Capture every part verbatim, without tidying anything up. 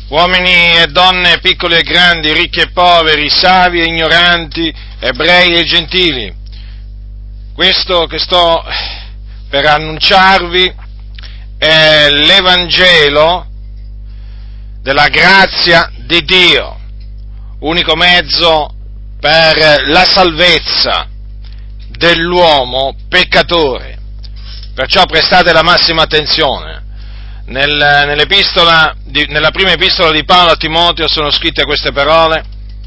uomini e donne, piccoli e grandi, ricchi e poveri, savi e ignoranti, ebrei e gentili. Questo che sto per annunciarvi è l'Evangelo della grazia di Dio, unico mezzo per la salvezza dell'uomo peccatore. Perciò prestate la massima attenzione. Nel, nell'epistola di, nella prima epistola di Paolo a Timoteo sono scritte queste parole.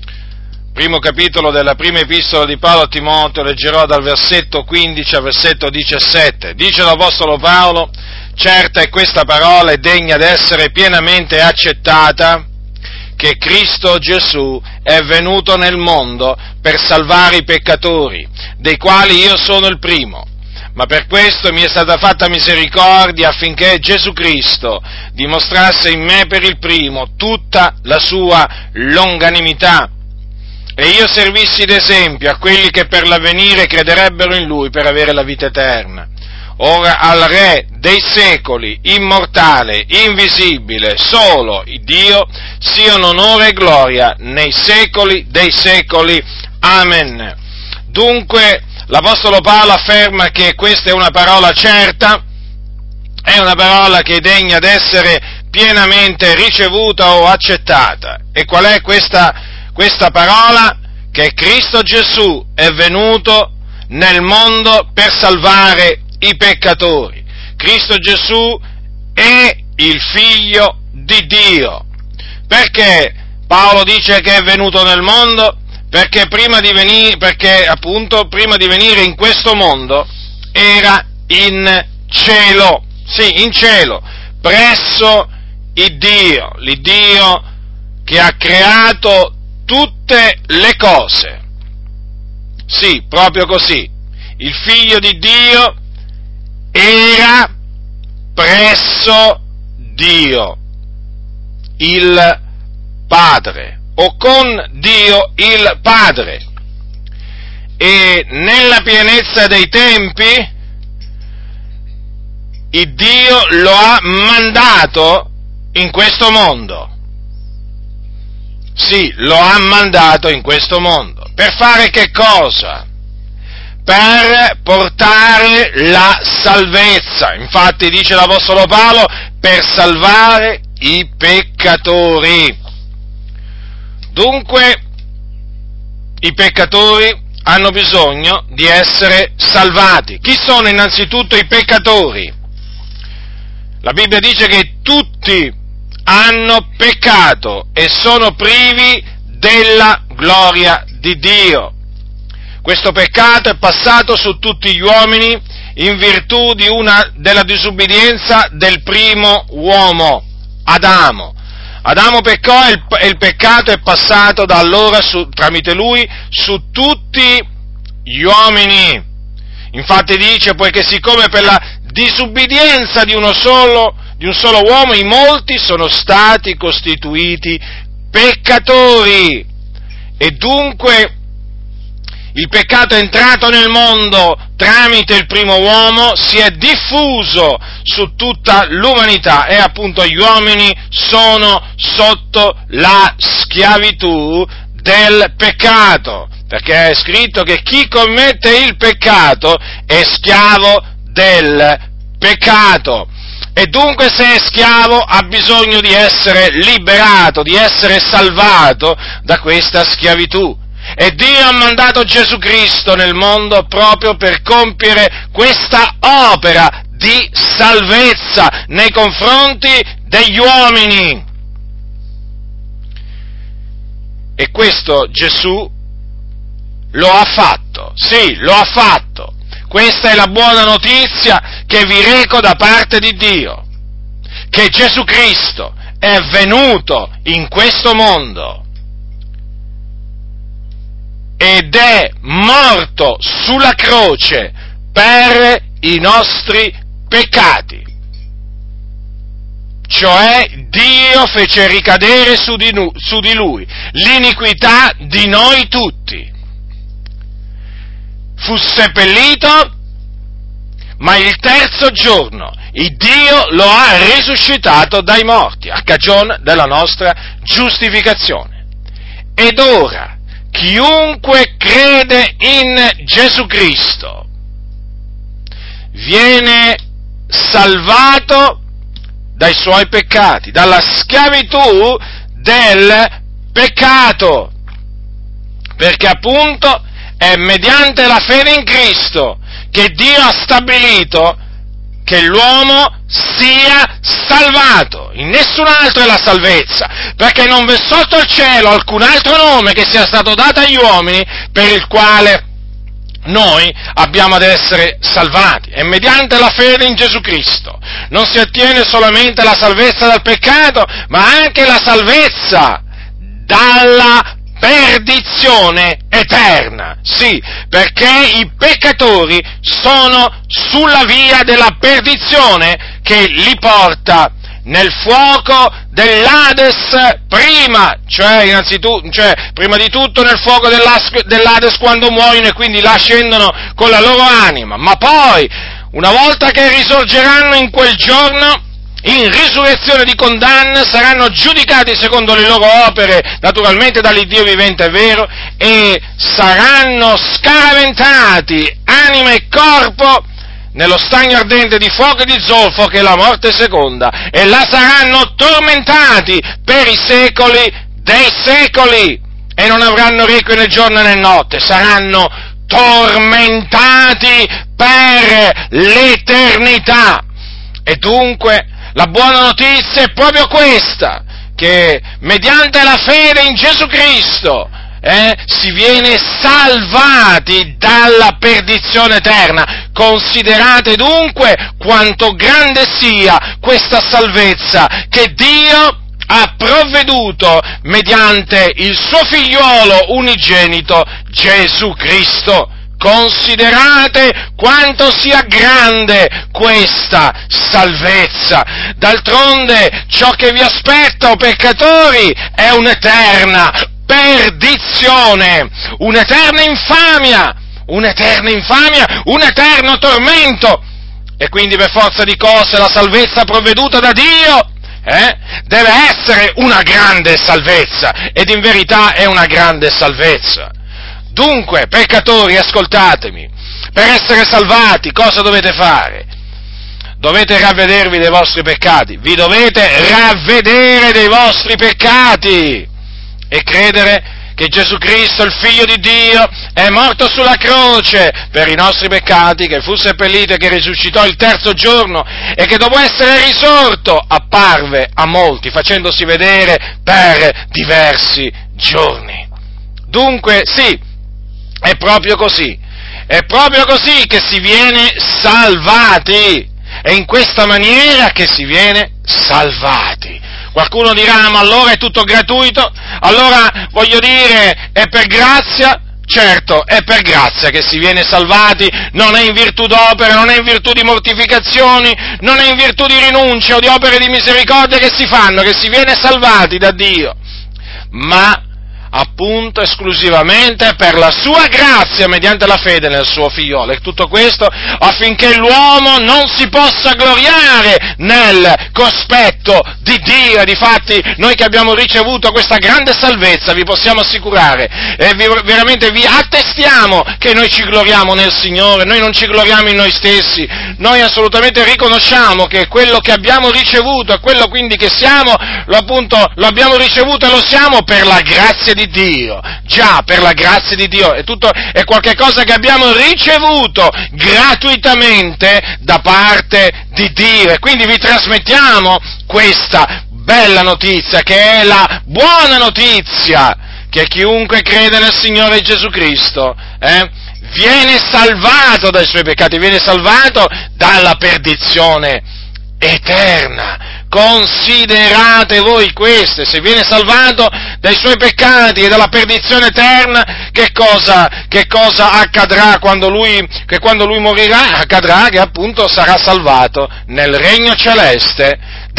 Primo capitolo della prima epistola di Paolo a Timoteo, leggerò dal versetto quindici al versetto diciassette. Dice l'Apostolo Paolo: certa è questa parola e degna d'essere pienamente accettata, che Cristo Gesù è venuto nel mondo per salvare i peccatori, dei quali io sono il primo. Ma per questo mi è stata fatta misericordia affinché Gesù Cristo dimostrasse in me per il primo tutta la sua longanimità, e io servissi d'esempio a quelli che per l'avvenire crederebbero in Lui per avere la vita eterna. Ora al Re dei secoli, immortale, invisibile, solo Dio, siano onore e gloria nei secoli dei secoli. Amen. Dunque, l'Apostolo Paolo afferma che questa è una parola certa, è una parola che è degna d'essere pienamente ricevuta o accettata. E qual è questa, questa parola? Che Cristo Gesù è venuto nel mondo per salvare i peccatori. Cristo Gesù è il Figlio di Dio. Perché Paolo dice che è venuto nel mondo? Perché prima di venire, perché appunto prima di venire in questo mondo era in cielo, sì, in cielo, presso il Dio, l'Iddio che ha creato tutte le cose. Sì, proprio così. Il Figlio di Dio era presso Dio, il Padre, o con Dio il Padre, e nella pienezza dei tempi il Dio lo ha mandato in questo mondo. Sì, lo ha mandato in questo mondo. Per fare che cosa? Per portare la salvezza. Infatti dice l'Apostolo Paolo, per salvare i peccatori. Dunque, i peccatori hanno bisogno di essere salvati. Chi sono innanzitutto i peccatori? La Bibbia dice che tutti hanno peccato e sono privi della gloria di Dio. Questo peccato è passato su tutti gli uomini in virtù di una, della disubbidienza del primo uomo, Adamo. Adamo peccò e il, e il peccato è passato da allora su, tramite lui su tutti gli uomini. Infatti dice, poiché siccome per la disubbidienza di uno solo, di un solo uomo i molti sono stati costituiti peccatori, e dunque il peccato è entrato nel mondo tramite il primo uomo, si è diffuso su tutta l'umanità e appunto gli uomini sono sotto la schiavitù del peccato, perché è scritto che chi commette il peccato è schiavo del peccato. E dunque se è schiavo ha bisogno di essere liberato, di essere salvato da questa schiavitù. E Dio ha mandato Gesù Cristo nel mondo proprio per compiere questa opera di salvezza nei confronti degli uomini. E questo Gesù lo ha fatto, sì, lo ha fatto. Questa è la buona notizia che vi reco da parte di Dio, che Gesù Cristo è venuto in questo mondo ed è morto sulla croce per i nostri peccati. Cioè Dio fece ricadere su di, nu, su di Lui l'iniquità di noi tutti. Fu seppellito, ma il terzo giorno, il Dio lo ha risuscitato dai morti, a cagione della nostra giustificazione. Ed ora, chiunque crede in Gesù Cristo viene salvato dai suoi peccati, dalla schiavitù del peccato, perché appunto è mediante la fede in Cristo che Dio ha stabilito che l'uomo sia salvato. In nessun altro è la salvezza, perché non v'è sotto il cielo alcun altro nome che sia stato dato agli uomini per il quale noi abbiamo ad essere salvati. È mediante la fede in Gesù Cristo. Non si ottiene solamente la salvezza dal peccato, ma anche la salvezza dalla perdizione eterna. Sì, perché i peccatori sono sulla via della perdizione che li porta nel fuoco dell'Ades prima, cioè innanzitutto, cioè prima di tutto nel fuoco dell'Ades quando muoiono e quindi là scendono con la loro anima, ma poi, una volta che risorgeranno in quel giorno, in risurrezione di condanna, saranno giudicati secondo le loro opere, naturalmente dall'Iddio vivente e vero, e saranno scaraventati, anima e corpo, nello stagno ardente di fuoco e di zolfo che è la morte seconda, e là saranno tormentati per i secoli dei secoli, e non avranno requie né giorno né notte, saranno tormentati per l'eternità. E dunque la buona notizia è proprio questa, che mediante la fede in Gesù Cristo eh, si viene salvati dalla perdizione eterna. Considerate dunque quanto grande sia questa salvezza che Dio ha provveduto mediante il suo figliolo unigenito Gesù Cristo. Considerate quanto sia grande questa salvezza. D'altronde ciò che vi aspetta, o peccatori, è un'eterna perdizione, un'eterna infamia, un'eterna infamia, un eterno tormento. E quindi per forza di cose la salvezza provveduta da Dio eh, deve essere una grande salvezza, ed in verità è una grande salvezza. Dunque, peccatori, ascoltatemi, per essere salvati cosa dovete fare? Dovete ravvedervi dei vostri peccati, vi dovete ravvedere dei vostri peccati e credere che Gesù Cristo, il Figlio di Dio, è morto sulla croce per i nostri peccati, che fu seppellito e che risuscitò il terzo giorno e che dopo essere risorto apparve a molti, facendosi vedere per diversi giorni. Dunque, sì, è proprio così, è proprio così che si viene salvati, è in questa maniera che si viene salvati. Qualcuno dirà, ma allora è tutto gratuito? Allora, voglio dire, è per grazia? Certo, è per grazia che si viene salvati, non è in virtù d'opere, non è in virtù di mortificazioni, non è in virtù di rinunce o di opere di misericordia che si fanno, che si viene salvati da Dio, ma appunto esclusivamente per la sua grazia mediante la fede nel suo figliolo, e tutto questo affinché l'uomo non si possa gloriare nel cospetto di Dio. Difatti noi che abbiamo ricevuto questa grande salvezza vi possiamo assicurare e vi, veramente vi attestiamo che noi ci gloriamo nel Signore, noi non ci gloriamo in noi stessi, noi assolutamente riconosciamo che quello che abbiamo ricevuto e quello quindi che siamo, lo appunto lo abbiamo ricevuto e lo siamo per la grazia di di Dio, già per la grazia di Dio, è tutto, è qualche cosa che abbiamo ricevuto gratuitamente da parte di Dio, e quindi vi trasmettiamo questa bella notizia, che è la buona notizia, che chiunque crede nel Signore Gesù Cristo, eh, viene salvato dai suoi peccati, viene salvato dalla perdizione eterna. Considerate voi queste, se viene salvato dai suoi peccati e dalla perdizione eterna, che cosa, che cosa accadrà quando lui, che quando lui morirà? Accadrà che appunto sarà salvato nel regno celeste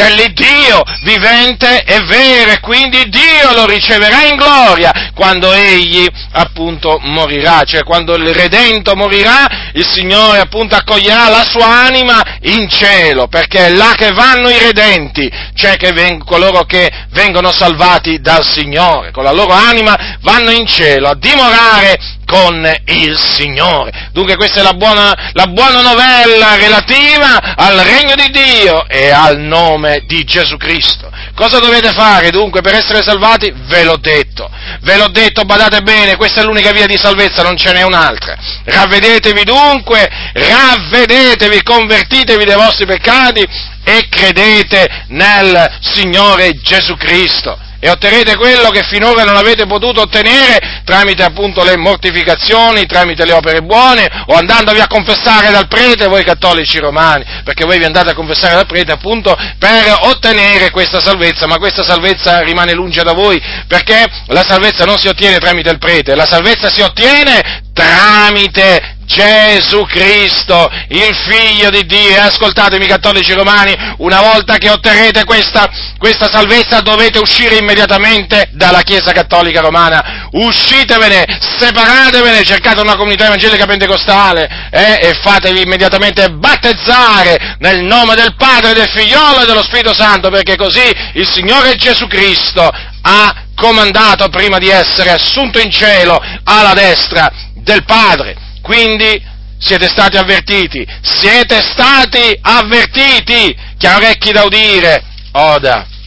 dell'Iddio vivente e vero, e quindi Dio lo riceverà in gloria quando egli appunto morirà, cioè quando il redento morirà, il Signore appunto accoglierà la sua anima in cielo, perché è là che vanno i redenti, cioè che veng- coloro che vengono salvati dal Signore, con la loro anima vanno in cielo a dimorare con il Signore. Dunque questa è la buona, la buona novella relativa al regno di Dio e al nome di Gesù Cristo. Cosa dovete fare dunque per essere salvati? Ve l'ho detto, ve l'ho detto, badate bene, questa è l'unica via di salvezza, non ce n'è un'altra. Ravvedetevi dunque, ravvedetevi, convertitevi dai vostri peccati e credete nel Signore Gesù Cristo. E otterrete quello che finora non avete potuto ottenere tramite appunto le mortificazioni, tramite le opere buone, o andandovi a confessare dal prete, voi cattolici romani, perché voi vi andate a confessare dal prete appunto per ottenere questa salvezza, ma questa salvezza rimane lungi da voi, perché la salvezza non si ottiene tramite il prete, la salvezza si ottiene tramite Gesù Cristo, il Figlio di Dio. E ascoltatemi, cattolici romani, una volta che otterrete questa, questa salvezza dovete uscire immediatamente dalla Chiesa Cattolica Romana, uscitevene, separatevene, cercate una comunità evangelica pentecostale eh, e fatevi immediatamente battezzare nel nome del Padre, del Figliolo e dello Spirito Santo, perché così il Signore Gesù Cristo ha comandato prima di essere assunto in cielo alla destra del Padre. Quindi siete stati avvertiti, siete stati avvertiti, chi ha orecchi da udire, oda.